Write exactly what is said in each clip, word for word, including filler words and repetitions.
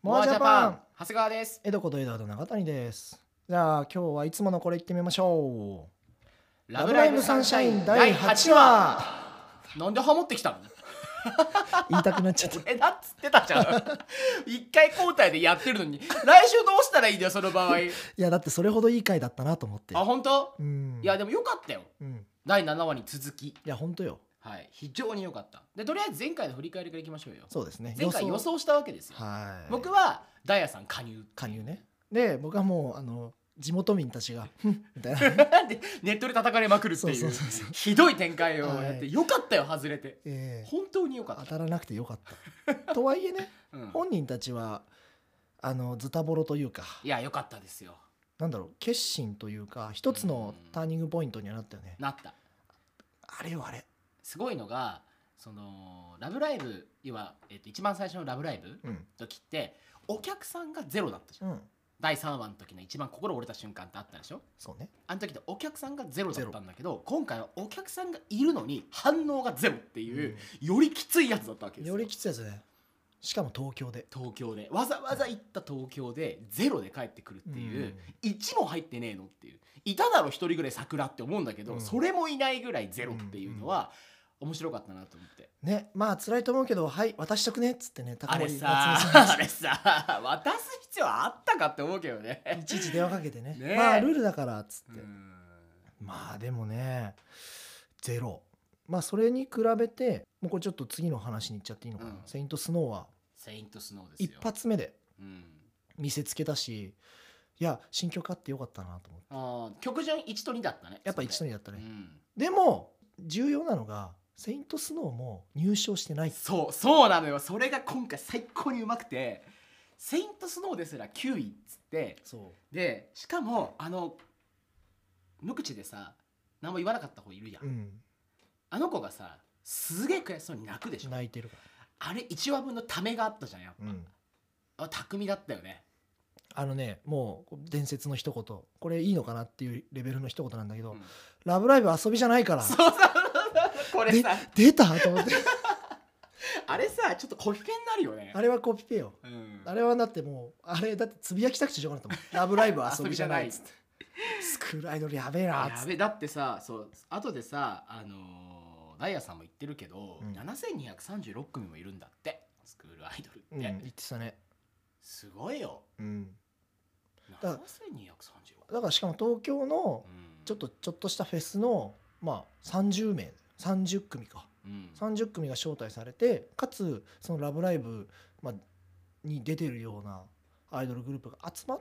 モアジャパン長谷川です。 江戸こと江戸永谷です。じゃあ今日はいつものこれ言ってみましょう。ラブライブサンシャインだいはちわ。 なんでハモってきたの？ 言いたくなっちゃった。 えだっつってたじゃん。一回交代でやってるのに来週どうしたらいいんだよその場合。いやだってそれほどいい回だったなと思って。 あ本当？ うん。 いやでもよかったよ、うん、だいななわに続き。いや本当よ。 はい、非常に良かった。でとりあえず前回の振り返りからいきましょうよ。 そうですね。 前回予想したわけですよ。はい。僕はダイヤさん加入加入ね。で僕はもうあの地元民たちがみたいなでネットで叩かれまくるっていうひどい展開をやって、よかったよ外れて、えー、本当によかった。 当たらなくてよかったとはいえね、うん、本人たちはあのズタボロというか、 いやよかったですよ。 なんだろう、決心というか一つのターニングポイントにはなったよね。 なった。 あれよあれすごいのがそのラブライブ、要は、えっと、一番最初のラブライブの時って、うん、お客さんがゼロだったじゃん、うん、だいさんわの時の一番心折れた瞬間ってあったでしょ。 そうね。 あの時ってお客さんがゼロだったんだけど、今回はお客さんがいるのに反応がゼロっていう、うん、よりきついやつだったわけですよ。 よりきついやつね。しかも東京で東京でわざわざ行った東京でゼロで帰ってくるっていう、うん、いちも入ってねえのっていう。いただろ一人ぐらい桜って思うんだけど、うん、それもいないぐらいゼロっていうのは、うんうん面白かったなと思ってね。まあ辛いと思うけど、はい渡しとくねっつってね。 あれさあれさ渡す必要あったかって思うけどね。 いちいち電話かけて ね, ねまあルールだからっつって。まあでもねゼロ。まあそれに比べてもうこれちょっと次の話に行っちゃっていいのかな、うん、セイントスノーはセイントスノーですよ。 一発目で見せつけたし、いや新曲あってよかったなと思って。 あ曲順いちとにだったね。 やっぱいちとにだったね、うん、でも重要なのがセイントスノーも入賞してない。 そうそうなのよ。それが今回最高にうまくて、セイントスノーですらきゅういっつって、そうでしかもあの無口でさ何も言わなかった子いるじゃん、うん、あの子がさすげえ悔しそうに泣くでしょ。 泣いてるから。 あれいちわぶんのためがあったじゃんやっぱ、うん、あ巧みだったよね。 あのねもう伝説の一言、これいいのかなっていうレベルの一言なんだけど、うん、ラブライブ遊びじゃないから。 そうそうこれさ出たと思ってあれさちょっとコピペになるよね。 あれはコピペよ、うん、あれはだってもうあれだってつぶやきたくてしょうがなかったもんラブライブ遊びじゃないっつってスクールアイドルやべえなっつって。 やべだってさそう後でさあのー、ダイヤさんも言ってるけど、うん、ななせんにひゃくさんじゅうろくくみもいるんだってスクールアイドルって、うん、 言ってたね。 すごいよ、うん、 だからだからしかも東京のちょっとちょっとしたフェスのまあさんじゅうめいさんじゅっくみか、うん、さんじゅっくみが招待されて、かつそのラブライブ、まあ、に出てるようなアイドルグループが集まって、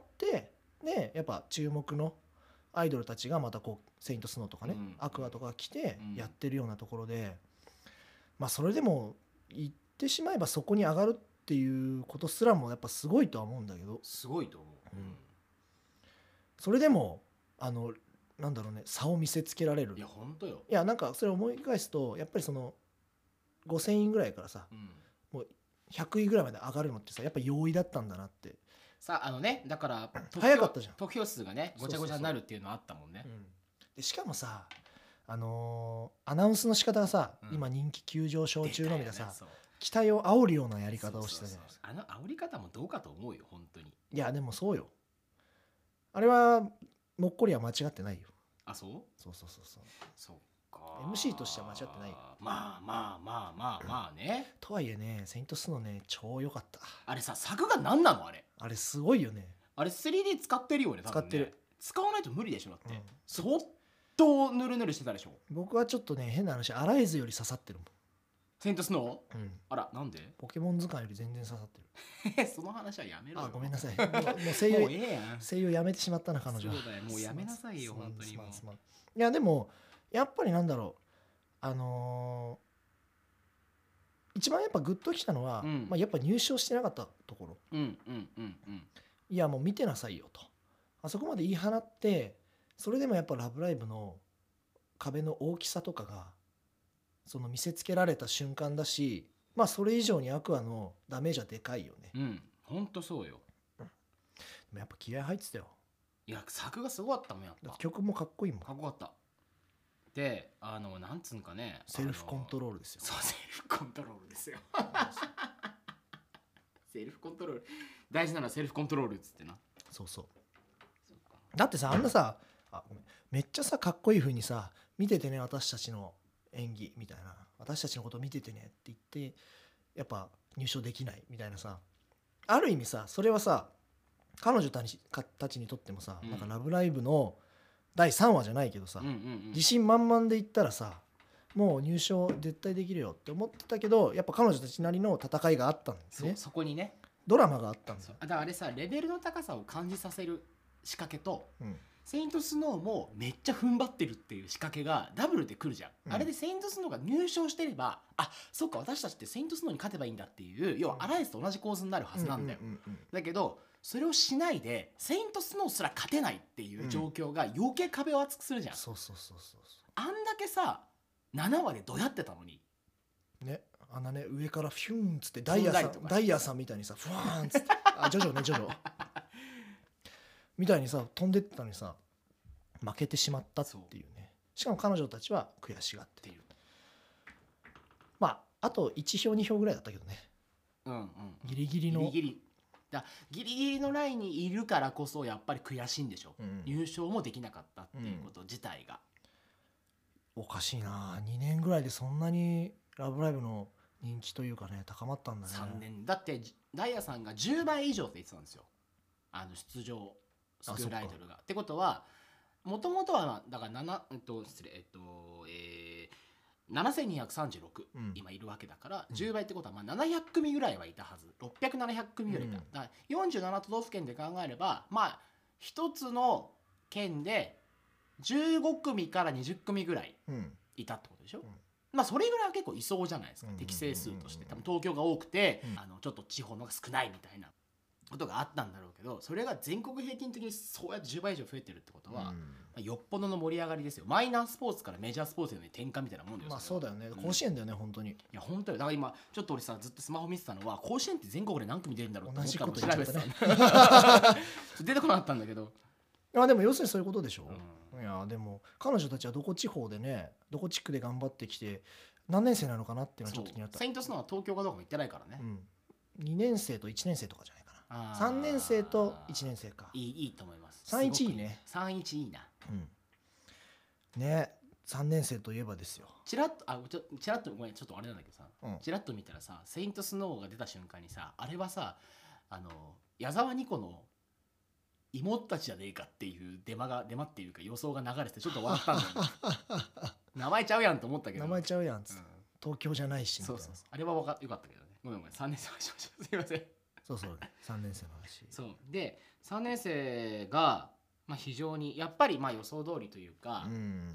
ね、やっぱ注目のアイドルたちがまたこうセイントスノーとかね、うん、アクアとか来てやってるようなところで、まあそれでも言ってしまえばそこに上がるっていうことすらもやっぱすごいとは思うんだけど。 すごいと思う、うん、 それでもあのなんだろうね差を見せつけられる。 いや本当よ。 いやなんかそれ思い返すとやっぱりそのごせんいぐらいからさ、うん、もうひゃくいぐらいまで上がるのってさやっぱ容易だったんだなって。 さああのねだから早かったじゃん。 得票数がねごちゃごちゃになるっていうのはあったもんね。 そうそうそう、うん、でしかもさあのー、アナウンスの仕方がさ、うん、今人気急上昇中のみでさ、ね、期待を煽るようなやり方をしてたじゃないですか。 あの煽り方もどうかと思うよ本当に。 いやでもそうよ。あれはもっこりは間違ってないよ。 あそうそうそうそうそう。 そうか。 エムシー としては間違ってないよ。 まあまあまあまあまあね。 とはいえねセイントスノーね超良かった。 あれさ作が何なのあれ。 あれすごいよね。 あれ スリーディー 使ってるよね多分ね。 使ってる。 使わないと無理でしょだって、うん、相当ヌルヌルしてたでしょ。 僕はちょっとね変な話アライズより刺さってるもんセイントスノー、うん、あらなんでポケモン図鑑より全然刺さってるその話はやめろよ。 あごめんなさいもうもう声優もうええやん声優やめてしまったな彼女は。 そうだよもうやめなさいよ本当にもう。 いやでもやっぱりなんだろうあのー、一番やっぱグッときたのは、うんまあ、やっぱ入賞してなかったところ、 うんうんうんうん、 いやもう見てなさいよとあそこまで言い放ってそれでもやっぱラブライブの壁の大きさとかがその見せつけられた瞬間だし、まあそれ以上にアクアのダメージはでかいよね。 うんほんとそうよ、 うん、でもやっぱ気合入ってたよ。 いや作がすごかったもんやっぱ。 曲もかっこいいもん。 かっこよかった。であのなんつうんかねセルフコントロールですよ。 そうセルフコントロールですよセルフコントロール大事なのはセルフコントロールっつってな。 そうそう。だってさ、あんなさ、あごめん、めっちゃさかっこいい風にさ、見ててね私たちの演技みたいな、私たちのことを見ててねって言ってやっぱ入賞できないみたいなさ、ある意味さそれはさ彼女たちたちにとってもさ、うん、なんかラブライブのだいさんわじゃないけどさ、うんうんうん、自信満々で言ったらさもう入賞絶対できるよって思ってたけど、やっぱ彼女たちなりの戦いがあったんですね。 そ, そこにねドラマがあったんですよ。 だからあれさ、レベルの高さを感じさせる仕掛けと、うん、セイントスノーもめっちゃ踏ん張ってるっていう仕掛けがダブルで来るじゃん、うん、あれでセイントスノーが入賞してれば、あ、そっか私たちってセイントスノーに勝てばいいんだっていう、要はアライアンスと同じ構図になるはずなんだよ。だけどそれをしないでセイントスノーすら勝てないっていう状況が余計壁を厚くするじゃん、うん、そうそうそうそう。あんだけさななわでどやってたのにね、あんなね上からフューンっつってダイヤさんダイヤさんみたいにさフワーンっつってあジョジョねジョジョみたいにさ飛んでったのにさ負けてしまったっていうね。しかも彼女たちは悔しがっている。まああといちひょうにひょうぐらいだったけどね、うんうん、ギリギリのギリギリだギリギリのラインにいるからこそやっぱり悔しいんでしょ、うん、入賞もできなかったっていうこと自体が、 うん、おかしいな。にねんぐらいでそんなにラブライブの人気というかね高まったんだね。 さんねんだってダイヤさんがじゅうばい以上って言ってたんですよ、あの出場スクールアイドルが。ってことはもともとはだからなな、えっと失礼えっとえー、ななせんにひゃくさんじゅうろく、うん、今いるわけだから、うん、じゅうばいってことはまあななひゃくくみぐらいはいたはず。ろっぴゃく、ななひゃくくみぐらいいた、うん、だからよんじゅうなな都道府県で考えればまあ一つの県でじゅうごくみからにじゅっくみぐらいいたってことでしょ、うん、まあそれぐらいは結構いそうじゃないですか、うん、適正数として。多分東京が多くて、うん、あのちょっと地方のが少ないみたいなことがあったんだろうけど、それが全国平均的にそうやってじゅうばい以上増えてるってことは、うん、まあ、よっぽどの盛り上がりですよ。マイナースポーツからメジャースポーツへの転換みたいなもんだよ。 まあそうだよね、甲子園だよね、うん、本当に。いや本当よ。だから今ちょっと俺さずっとスマホ見てたのは甲子園って全国で何組出るんだろうって思ったのを調べてた、ね、出てこなかったんだけど、 あでも要するにそういうことでしょ、うん、いやでも彼女たちはどこ地方でねどこ地区で頑張ってきて何年生なのかなっていうのはちょっと気になった。 セイントスノーは東京かどうかも行ってないからね、うん、 にねんせいといちねんせいとかじゃないかな。さんねんせいといちねんせいか。 いい、いいと思います。 さんいちいいね。 さんいちいいな、 うん、ねさんねんせいといえばですよ。 チラッとあちょチラッとごめんちょっとあれなんだけどさ、うん、チラッと見たらさセイントスノーが出た瞬間にさあれはさあの矢沢ニコの妹たちじゃねえかっていうデマがデマっていうか予想が流れてちょっと笑ったんだよ、ね、名前ちゃうやんと思ったけど名前ちゃうやんっつって、うん、東京じゃないしみたいな。 そうそうそうあれはわかよかったけどね。ごめんごめんさんねんせいの話しましょうすいません。 そうそうさんねんせいの話。 そうでさんねんせいが、まあ、非常にやっぱりまあ予想通りというか、うん、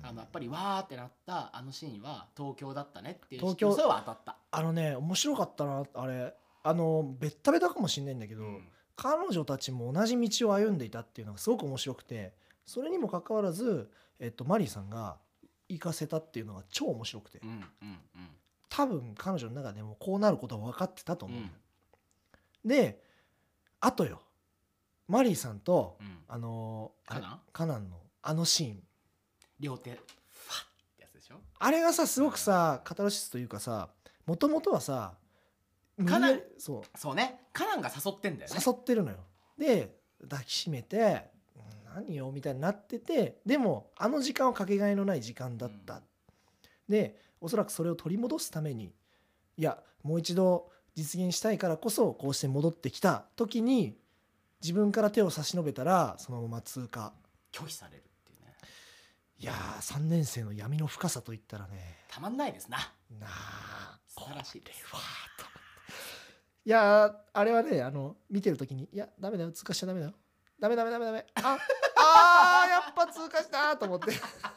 あのやっぱりわーってなったあのシーンは東京だったねっていう予想は当たった。 あのね面白かったなあれ。あのベッタベタかもしれないんだけど、うん、彼女たちも同じ道を歩んでいたっていうのがすごく面白くて、それにもかかわらず、えっと、マリーさんが行かせたっていうのが超面白くて、うんうんうん、多分彼女の中でもこうなることは分かってたと思う、うん、であとよマリーさんと、うん、あのカナンカナンのあのシーン両手ファッってやつでしょ。 あれがさすごくさカタルシスというかさもともとはさカナンそうそうねカナンが誘ってんだよね。 誘ってるのよ。で抱きしめて何よみたいになってて、でもあの時間はかけがえのない時間だった、うん、でおそらくそれを取り戻すためにいやもう一度実現したいからこそこうして戻ってきた時に自分から手を差し伸べたらそのまま通過拒否されるっていうね。 いやーさんねんせいの闇の深さといったらねたまんないですな。 なあ素晴らしいです。 いやあれはねあの見てる時にいやダメだよ通過しちゃダメだよダメダメダメダメああーやっぱ通過したと思って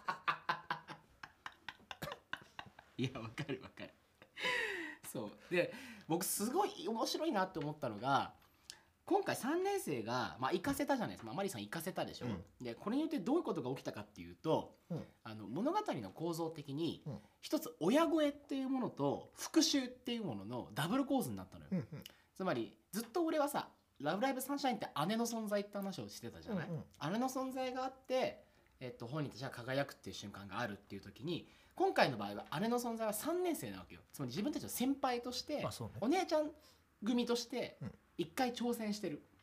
いやわかるわかるそうで僕すごい面白いなって思ったのが今回さんねんせいが、まあ、行かせたじゃないですか、まあ、マリーさん行かせたでしょ、うん、でこれによってどういうことが起きたかっていうと、うん、あの物語の構造的に、うん、一つ親越えっていうものと復讐っていうもののダブル構図になったのよ、うんうん、つまりずっと俺はさラブライブサンシャインって姉の存在って話をしてたじゃない、うんうん、姉の存在があって、えっと、本人たちが輝くっていう瞬間があるっていう時に今回の場合は姉の存在はさんねんせいなわけよ。つまり自分たちの先輩として、ね、お姉ちゃん組として一回挑戦してる、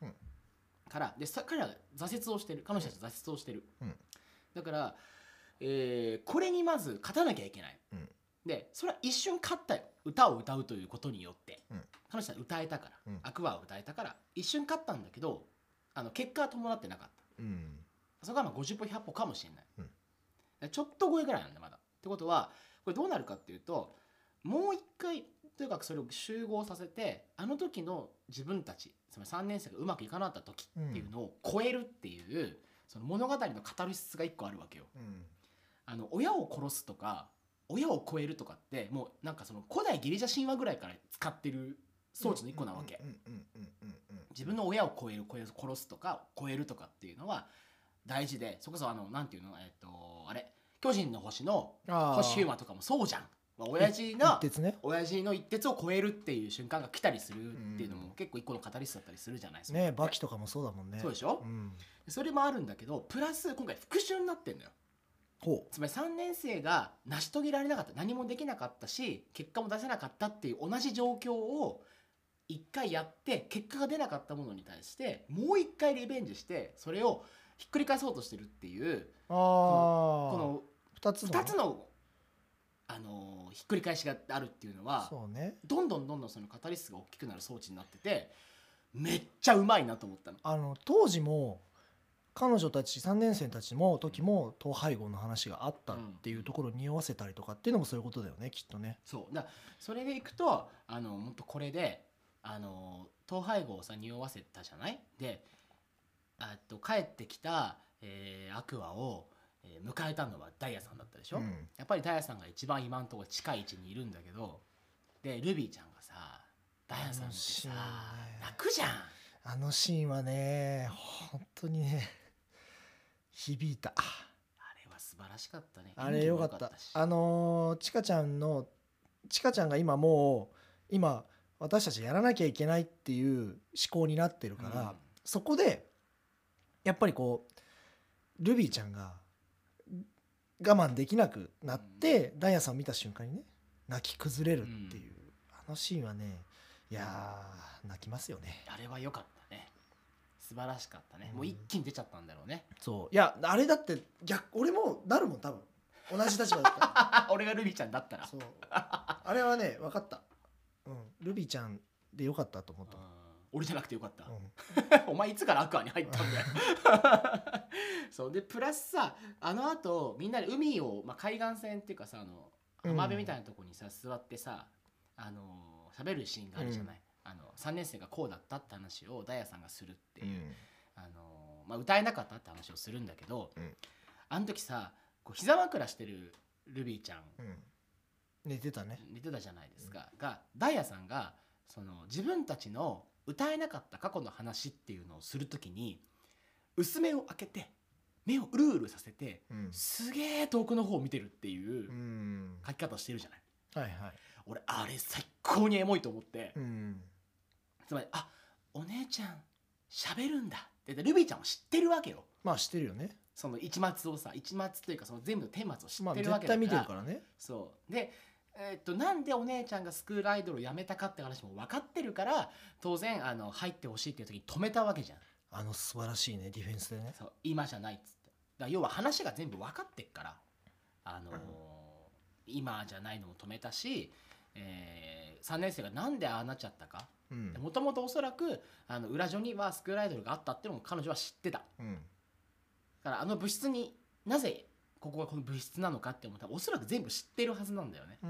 からで彼らは挫折をしてる、彼女たちは挫折をしてる、 うん、 だから、えー、これにまず勝たなきゃいけない、うん、でそれは一瞬勝ったよ、歌を歌うということによって、うん、彼女たちは歌えたから、うん、アクアを歌えたから一瞬勝ったんだけど、あの結果は伴ってなかった、うん、そこはまあごじゅっぽひゃっぽかもしれない、うん、ちょっと超えぐらいなんだまだ。ってことはこれどうなるかっていうと、もう一回とにかくそれを集合させて、あの時の自分たち、つまりさんねん生がうまくいかなかった時っていうのを超えるっていう、うん、その物語のカタルシスが一個あるわけよ、うん、あの親を殺すとか親を超えるとかってもうなんかその古代ギリシャ神話ぐらいから使ってる装置の一個なわけ。自分の親を超える、超える、殺すとか超えるとかっていうのは大事で、そこそあのなんていうの、えっとあれ巨人の星の星ヒューマとかもそうじゃん。まあ、親父の一徹、ね、親父の一徹を超えるっていう瞬間が来たりするっていうのも結構一個のカタリストだったりするじゃないですか。 ね、バキとかもそうだもんね。 そうでしょ、うん、それもあるんだけど、プラス今回復讐になってんだよ。ほう。つまりさんねん生が成し遂げられなかった、何もできなかったし結果も出せなかったっていう同じ状況を一回やって結果が出なかったものに対してもう一回リベンジしてそれをひっくり返そうとしてるっていう、あこのふたつのふたつのあのー、ひっくり返しがあるっていうのは、 そうね、 どんどんどんどんそのカタリストが大きくなる装置になってて、めっちゃうまいなと思ったの。 あの当時も彼女たちさんねん生たちも時も統廃合の話があったっていうところに匂わせたりとかっていうのもそういうことだよね、きっとね。 そうだ、それでいくとあのもっとこれであの統廃合をさ匂わせたじゃない。であと帰ってきた、えー、アクアをえー、迎えたのはダイヤさんだったでしょ、うん、やっぱりダイヤさんが一番今のところ近い位置にいるんだけど、でルビーちゃんがさダイヤさんってさ、ね、泣くじゃん。 あのシーンはね本当にね響いた。あれは素晴らしかったね。 あれよかった。あのー、ちかちゃんのちかちゃんが今もう今私たちやらなきゃいけないっていう思考になってるから、うん、そこでやっぱりこうルビーちゃんが我慢できなくなって、うん、ダイヤさんを見た瞬間にね泣き崩れるっていう、うん、あのシーンはね、いや泣きますよね。 あれは良かったね、素晴らしかったね、うん、もう一気に出ちゃったんだろうね。 そういやあれだって逆俺もなるもん多分同じ立場だったら俺がルビーちゃんだったらそうあれはね分かった、うん、ルビーちゃんでよかったと思った。 俺じゃなくてよかった、うん、お前いつからアクアに入ったんだよそうでプラスさあのあとみんなで海を、まあ、海岸線っていうかさあの浜辺みたいなとこにさ、うん、座ってさあの喋るシーンがあるじゃない、うん、あのさんねん生がこうだったって話をダイヤさんがするっていう、うん、あのまあ、歌えなかったって話をするんだけど、うん、あの時さこう膝枕してるルビーちゃん、うん、 寝てたね寝てたじゃないですか、うん、がダイヤさんがその自分たちの歌えなかった過去の話っていうのをするときに薄目を開けて目をうるうるさせて、うん、すげえ遠くの方を見てるっていう書き方をしてるじゃない、 うん、はいはい、 俺あれ最高にエモいと思って、うん、つまりあお姉ちゃん喋るんだってルビーちゃんは知ってるわけよ。 まあ知ってるよね、 その一末をさ一末というかその全部の顛末を知ってるわけだから、 まあ、絶対見てるからね。 そうでえー、っとなんでお姉ちゃんがスクールアイドルを辞めたかって話も分かってるから当然あの入ってほしいっていう時に止めたわけじゃん。 あの素晴らしいねディフェンスでね。 そう今じゃないっつって、だから要は話が全部分かってっからあのーうん、今じゃないのも止めたし、えー、さんねん生がなんでああなっちゃったか、もともとおそらくあの裏所にはスクールアイドルがあったっていうのも彼女は知ってた、うん、だからあの部室になぜここがこの物質なのかって思ったらおそらく全部知ってるはずなんだよね、うん、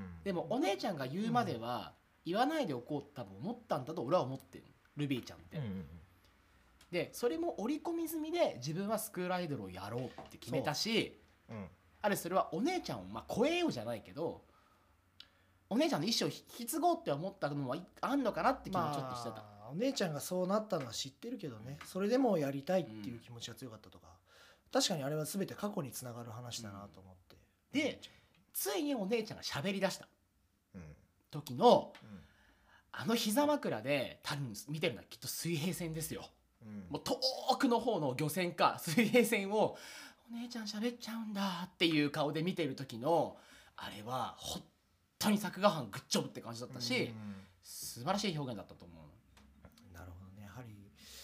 でもお姉ちゃんが言うまでは言わないでおこうって多分思ったんだと俺は思ってるルビーちゃんって、うん、でそれも織り込み済みで自分はスクールアイドルをやろうって決めたし、うん、あれそれはお姉ちゃんをまあ超えようじゃないけどお姉ちゃんの意思を引き継ごうって思ったのはあんのかなって気もちょっとしてた、まあ、お姉ちゃんがそうなったのは知ってるけどね、それでもやりたいっていう気持ちが強かったとか、確かにあれは全て過去につながる話だなと思って、 うん、でついにお姉ちゃんが喋り出した時の、うん、あの膝枕で多分見てるのはきっと水平線ですよ、うん、もう遠くの方の漁船か水平線をお姉ちゃん喋っちゃうんだっていう顔で見てる時のあれは本当に作画班グッジョブって感じだったし、うん、素晴らしい表現だったと思う。 なるほどね。やはりラブライ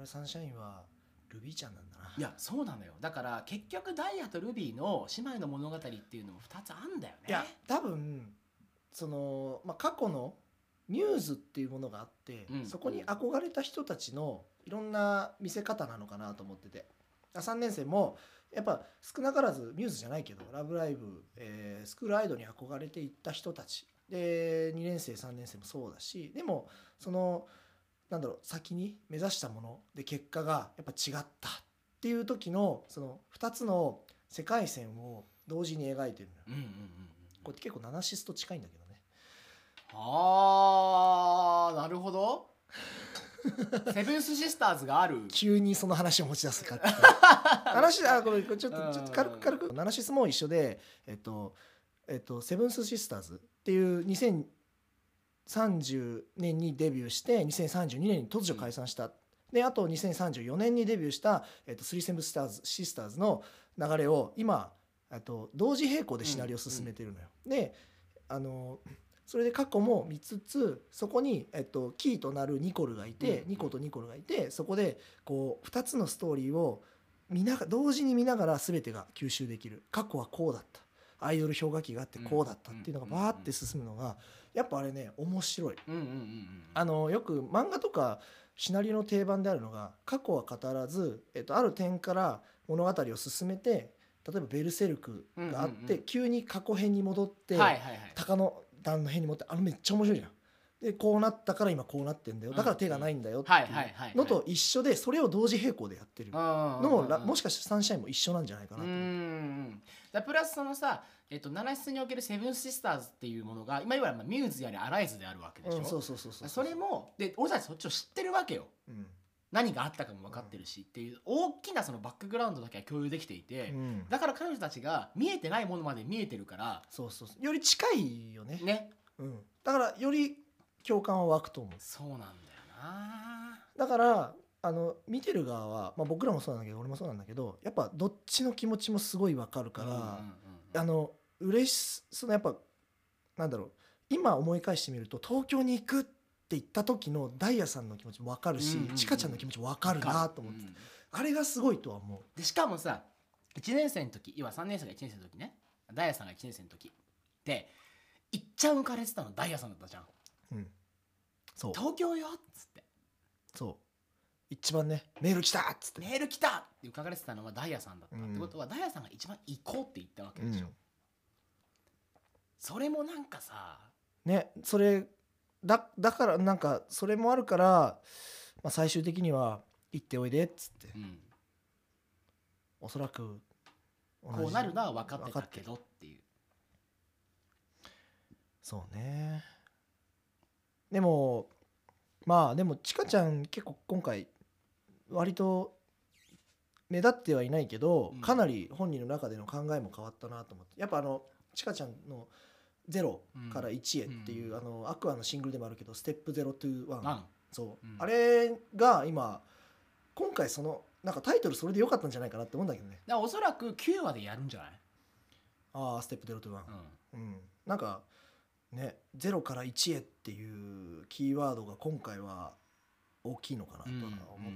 ルサンシャインはルビーちゃんなんだな。 いやそうなのよ。だから結局ダイヤとルビーの姉妹の物語っていうのもふたつあんだよね。 いや多分その、まあ、過去のミューズっていうものがあって、うん、そこに憧れた人たちのいろんな見せ方なのかなと思ってて、さんねん生もやっぱ少なからずミューズじゃないけどラブライブ、えー、スクールアイドルに憧れていった人たちでにねん生さんねん生もそうだし、でもそのなんだろう先に目指したもので結果がやっぱ違ったっていう時のそのふたつの世界線を同時に描いてるのよ、うんうんうんうん、これって結構ナナシスと近いんだけどね。 あーなるほどセブンスシスターズがある急にその話を持ち出すかってナナシあこれちょっとちょっと軽く軽くナナシスも一緒で、えっとえっと、セブンスシスターズっていうにせんさんじゅうねんにデビューしてにせんさんじゅうにねんに突如解散した、うん、であとにせんさんじゅうよねんにデビューした、えっと、スリーセブンシスターズ、シスターズの流れを今と同時並行でシナリオを進めてるのよ、うんうん、であのそれで過去も見つつそこに、えっと、キーとなるニコルがいて、うん、ニコとニコルがいてそこでこうふたつのストーリーを見なが同時に見ながら全てが吸収できる。過去はこうだったアイドル氷河期があってこうだったっていうのがバーって進むのがやっぱあれね面白い、うんうんうんうん、あのよく漫画とかシナリオの定番であるのが過去は語らず、えっと、ある点から物語を進めて例えばベルセルクがあって、うんうんうん、急に過去編に戻って、はいはいはい、鷹の段の辺に持ってあのめっちゃ面白いじゃん。でこうなったから今こうなってんだよだから手がないんだよっていうのと一緒でそれを同時並行でやってるのももしかしてサンシャインも一緒なんじゃないかなと思って。 うんだプラスそのさ、えっと、ナナシスにおけるセブンシスターズっていうものが今いわゆるミューズやりアライズであるわけでしょ、うん、そうそうそうそうそれもで俺たちそっちを知ってるわけよ、うん、何があったかも分かってるし、うん、っていう大きなそのバックグラウンドだけは共有できていて、うん、だから彼女たちが見えてないものまで見えてるからそうそうそうより近いよね。 ね、 うん、だからより共感は湧くと思う。 そうなんだよな。 だからあの見てる側は、まあ、僕らもそうなんだけど俺もそうなんだけどやっぱどっちの気持ちもすごい分かるから、うんうんうんうん、あの嬉しそのやっぱなんだろう今思い返してみると東京に行くって言った時のダイヤさんの気持ちも分かるし、うんうんうん、チカちゃんの気持ちも分かるなと思って、うん、あれがすごいとは思う。 でしかもさいちねん生の時要はさんねん生がいちねん生の時ねダイヤさんがいちねん生の時でいっちゃん浮かれてたのダイヤさんだったじゃん、うん、そう東京よっつってそう一番ねメール来たっつってメール来たって書かれてたのはダイヤさんだった、うん、ってことはダイヤさんが一番行こうって言ったわけでしょ、うん、それもなんかさねそれだだからなんかそれもあるから、まあ、最終的には行っておいでっつって、うん、おそらくこうなるのは分かってたけどっていう。 そうね。でもまあでもちかちゃん結構今回割と目立ってはいないけど、うん、かなり本人の中での考えも変わったなと思って、やっぱあのちかちゃんのゼロからいちへっていう、うん、あのアクアのシングルでもあるけどステップゼロトゥワン、そう、うん、あれが今今回そのなんかタイトルそれで良かったんじゃないかなって思うんだけどね。 だからおそらくきゅうわでやるんじゃない？ ああステップゼロトゥワン、うん、うん、なんかねゼロからいちへっていうキーワードが今回は大きいのかなとは思ったよね、うんうんうん、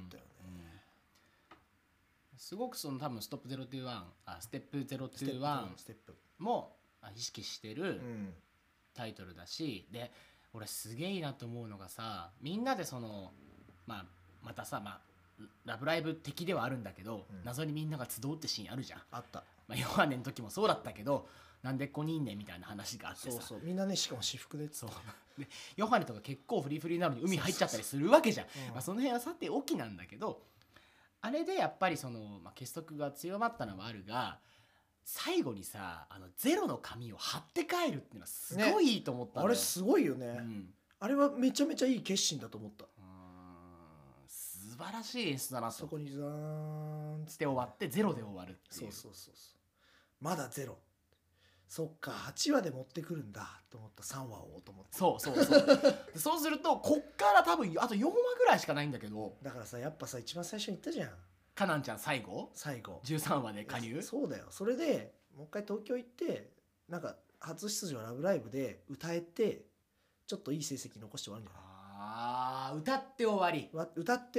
すごくその多分ストップゼロトゥワンあステップゼロトゥワンも意識してるタイトルだし、で俺すげえいいなと思うのがさみんなでその、まあ、またさ、まあ、ラブライブ的ではあるんだけど、うん、謎にみんなが集うってシーンあるじゃん。 あった、 まあ、ヨハネの時もそうだったけどなんでここにいんねんみたいな話があってさ、 そうそうみんなねしかも私服でそうでヨハネとか結構フリーフリーなのに海入っちゃったりするわけじゃん。そうそうそう、まあ、その辺はさておきなんだけどあれでやっぱりその、まあ、結束が強まったのはあるが最後にさあのゼロの紙を貼って帰るっていうのはすごいいいと思ったのよ、 ね、あれすごいよね、うん、あれはめちゃめちゃいい決心だと思った。 うーん素晴らしい演出だなと。 そこにザーンって終わってゼロで終わるっていう、 そうそうそうそうまだゼロそっかはちわで持ってくるんだと思ったさんわをと思って、 そうそうそうそうするとこっから多分あとよんわぐらいしかないんだけど、 だからさやっぱさ一番最初に言ったじゃんカナンちゃん最後最後じゅうさんわで加入。 そうだよ。それでもう一回東京行ってなんか初出場ラブライブで歌えてちょっといい成績残して終わるんじゃない？ あー歌って終わり歌って終わり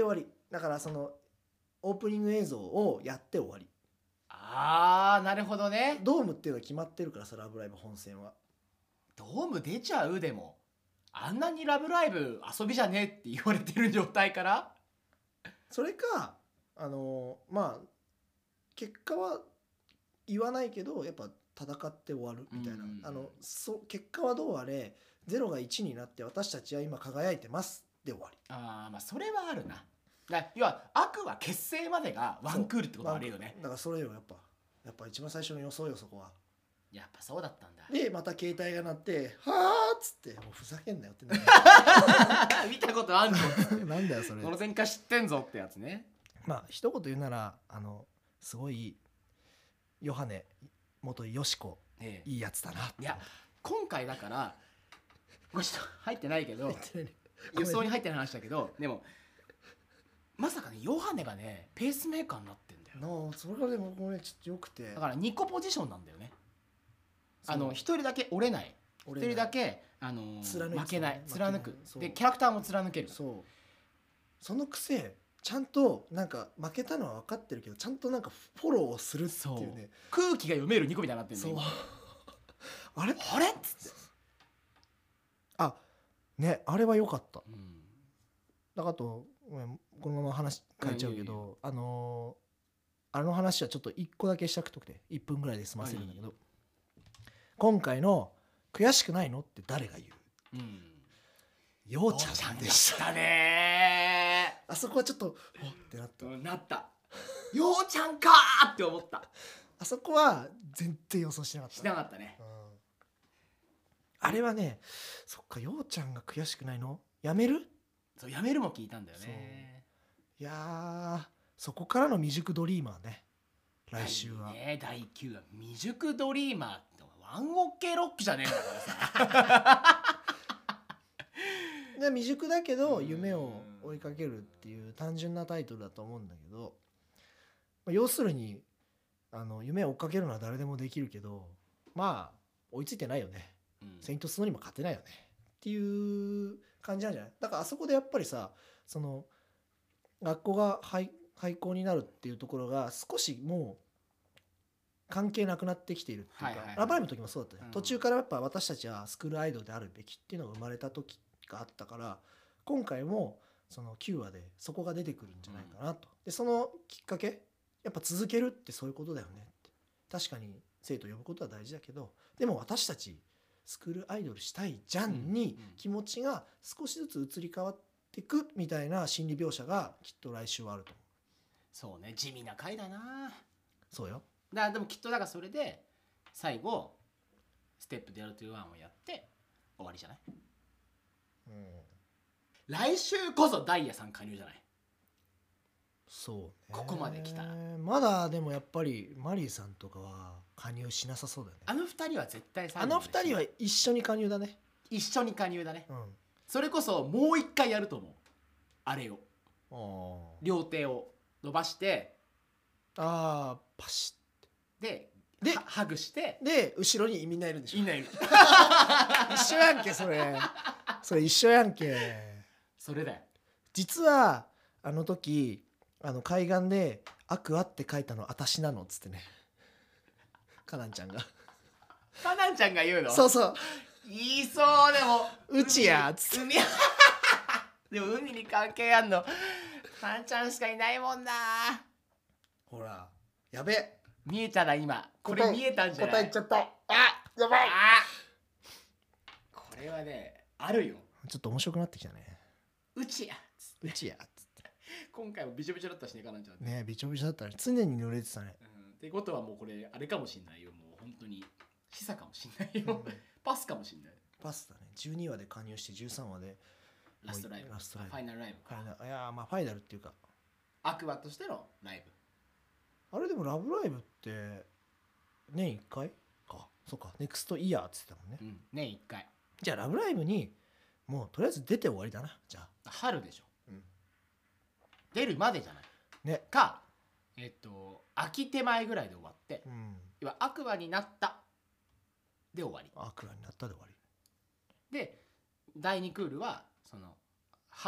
だからそのオープニング映像をやって終わり。 あーなるほどね。 ドームっていうのは決まってるからさ、ラブライブ本戦は。 ドーム出ちゃう。でもあんなにラブライブ遊びじゃねえって言われてる状態から。 それかあのまあ結果は言わないけどやっぱ戦って終わるみたいな、あのそ結果はどうあれゼロがいちになって私たちは今輝いてますで終わり。 ああまあそれはあるな。だ要は悪は結成までがワンクールってことあるよね。 だからそれよやっぱやっぱ一番最初の予想よそこは。 やっぱそうだったんだ。 でまた携帯が鳴って「はあ」っつって「もうふざけんなよ」ってなる見たことあんのなんだよそれ。 この前回知ってんぞってやつね。 まあ一言言うならあのすごいヨハネ元よしこ、ええ、いいやつだな。 いや今回だからごちょっと入ってないけど予想に入ってない話だけど、でもまさかねヨハネがねペースメーカーになってんだよ。 なそれがでもこれちょっとよくて、 だからにこポジションなんだよね。あのひとりだけ折れない、ひとりだけあのー、負けない、貫くでキャラクターも貫ける。 そうそのくせちゃんとなんか負けたのは分かってるけどちゃんとなんかフォローをするっていうね。 空気が読めるにこみたいになってるんだよ。 あれあれっつって、 あねあれは良かった、うん、だからあとこのまま話変えちゃうけど、あのー、あの話はちょっといっこだけしたくとくていっぷんぐらいで済ませるんだけど、今回の悔しくないのって誰が言う、うん、ようちゃんでしたね。あそこはちょっとおってなった、 うん、なったようちゃんかーって思った。 あそこは全然予想しなかった。 しなかったね、うん、 あれはね、そっかようちゃんが悔しくないのやめる、 そうやめるも聞いたんだよね。 いやそこからの未熟ドリーマーね来週は、 ね、だいきゅうわ未熟ドリーマーってワンオッケーロックじゃねえんだからさで未熟だけど夢を追いかけるっていう単純なタイトルだと思うんだけど、まあ、要するにあの夢を追っかけるのは誰でもできるけどまあ追いついてないよね、うん、セイントスノーにも勝てないよねっていう感じなんじゃない。だからあそこでやっぱりさその学校が廃校になるっていうところが少しもう関係なくなってきているっていうか、はいはいはい、ラブライブの時もそうだったね、うん、途中からやっぱ私たちはスクールアイドルであるべきっていうのが生まれた時があったから今回もそのきゅうわでそこが出てくるんじゃないかなと、うん、でそのきっかけやっぱ続けるってそういうことだよねって。確かに生徒を呼ぶことは大事だけどでも私たちスクールアイドルしたいじゃんに気持ちが少しずつ移り変わっていくみたいな心理描写がきっと来週はあると思う。 そうね地味な回だな。 そうよ。 だでもきっとだからそれで最後ステップゼロトゥワンをやって終わりじゃない、うん、来週こそダイヤさん加入じゃない。 そうねここまで来たらまだでもやっぱりマリーさんとかは加入しなさそうだよね。 あの二人は絶対あの二人は一緒に加入だね。 一緒に加入だね、うん、それこそもう一回やると思う。あれを両手を伸ばしてあーパシッででハグしてで後ろにみんないるんでしょ。 みんないる一緒やんけそれそれ一緒やんけ。 それだよ。 実はあの時あの海岸で「アクア」って書いたの私なのっつってねカナンちゃんがカナンちゃんが言うの。 そうそう言いそう。でもうちやっつって海でも海に関係あんのカナンちゃんしかいないもんな。 ほらやべ見えたら今これ見えたんじゃない。 答えちゃった。あやばい。 あこれはねあるよ。 ちょっと面白くなってきたね。 うちやうちやっつって今回もびちょびちょだったしねカナンちゃんね。びちょびちょだったね。常に濡れてたね、 うん、ってことはもうこれあれかもしんないよ。もう本当に示唆かもしんないよ、うん、パスかもしんない。 パスだね。じゅうにわで加入してじゅうさんわでラストライブラストライブファイナルライブか。 いやまあファイナルっていうかアクアとしてのライブ。 あれでもラブライブって年いっかいか。そうかネクストイヤーっつってたもんね、 うん、年いっかい。 じゃあラブライブにもうとりあえず出て終わりだな。じゃあ春でしょ、 うん、 出るまでじゃないねかえっと秋手前ぐらいで終わって、 うん、 要はアクアになったで終わり。 アクアになったで終わりでだいにクールはその春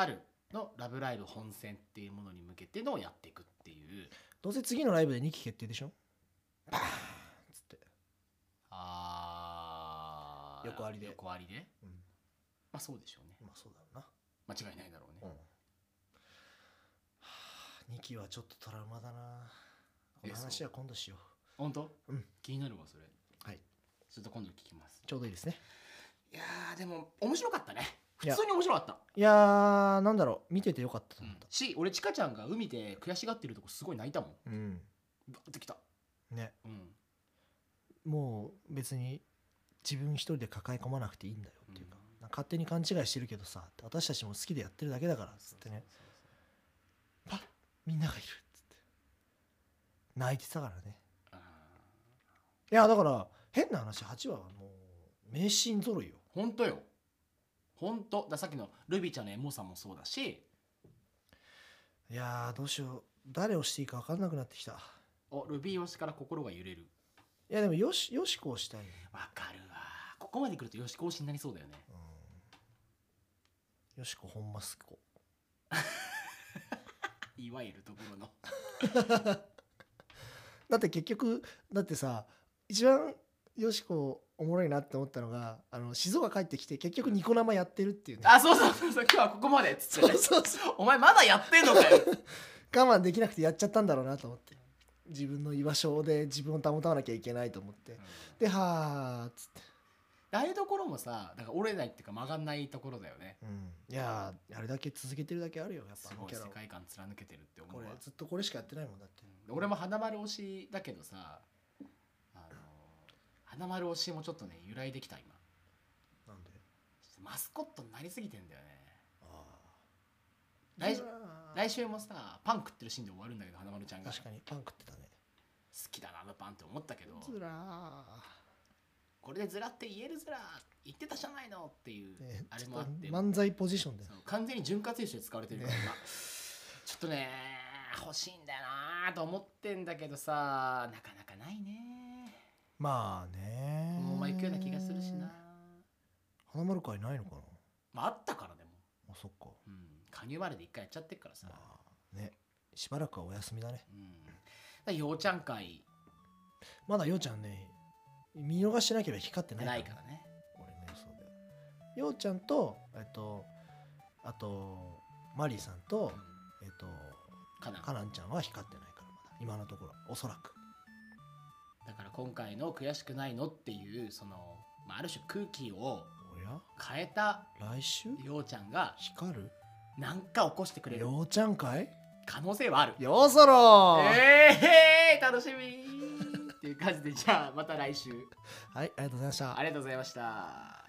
のラブライブ本戦っていうものに向けてのをやっていくっていう。 どうせ次のライブでにき決定でしょ。バーンっつって。 ああ横ありで横ありで、うん、まあそうでしょうね。 まあそうだろうな。 間違いないだろうね。うん、はあ、にきはちょっとトラウマだな。この話は今度しよう。 本当？ うん。 気になるわそれ。 はい。 ちょっと今度聞きます。 ちょうどいいですね。 いやーでも面白かったね。普通に面白かった。 いやーなんだろう見ててよかったと思った、 うん、し俺ちかちゃんが海で悔しがってるとこすごい泣いたもん。うん。バーってきた。 ね。うん。もう別に自分一人で抱え込まなくていいんだよっていうか、うん、勝手に勘違いしてるけどさ私たちも好きでやってるだけだからっつってね。パッみんながいるっつって泣いてたからね。いやだから変な話はちわはもう名シーン揃いよ。 ほんとよほんとだ。さっきのルビーちゃんのエモさもそうだし。 いやーどうしよう誰をしていいか分かんなくなってきた。 おルビー推しから心が揺れる。 いやでもよしよしこをしたい。 わかるわ。ここまで来るとよしこ推しになりそうだよね。 うん、よしこほんますこいわゆるところのだって結局だってさ一番よしこおもろいなって思ったのがあの静岡帰ってきて結局ニコ生やってるっていうね。 あそうそうそうそう今日はここまでっつって、ね、 そうそうそうお前まだやってんのかよ我慢できなくてやっちゃったんだろうなと思って自分の居場所で自分を保たなきゃいけないと思って、うん、ではーっつってああいうところもさだから折れないっていうか曲がんないところだよね、 うん、いやあれだけ続けてるだけあるよやっぱすごい世界観貫けてるって思うわ。 これずっとこれしかやってないもんだって、 うん、俺も花丸推しだけどさあの花丸推しもちょっとね由来できた今。なんでマスコットになりすぎてんだよね。あ来, 来週もさパン食ってるシーンで終わるんだけど花丸ちゃんが確かにパン食ってたね。 好きだなあのパンって思ったけどずらーこれでずらって言えるずら言ってたじゃないのっていう、ね、あれもあって漫才ポジションで完全に潤滑油として使われてるから今、ね、ちょっとね欲しいんだよなと思ってんだけどさなかなかないね。 まあねもう行くような気がするしな。 花丸会ないのかな。 まああったからでもあそっか、 うん、加入までで一回やっちゃってるからさ、まあ、ねしばらくはお休みだね。 うん、ようちゃん会まだようちゃんね見逃してなければ光ってないからね, ないからね俺の予想で。ようちゃんとえっとあとマリーさんと、うん、えっとかなかなんちゃんは光ってないからまだ今のところおそらく。 だから今回の悔しくないのっていうその、まあ、ある種空気を変えた来週ようちゃんが光るなんか起こしてくれるようちゃん会可能性はある。 ようそろえー、楽しみっていう感じでじゃあまた来週。 はいありがとうございました。 ありがとうございました。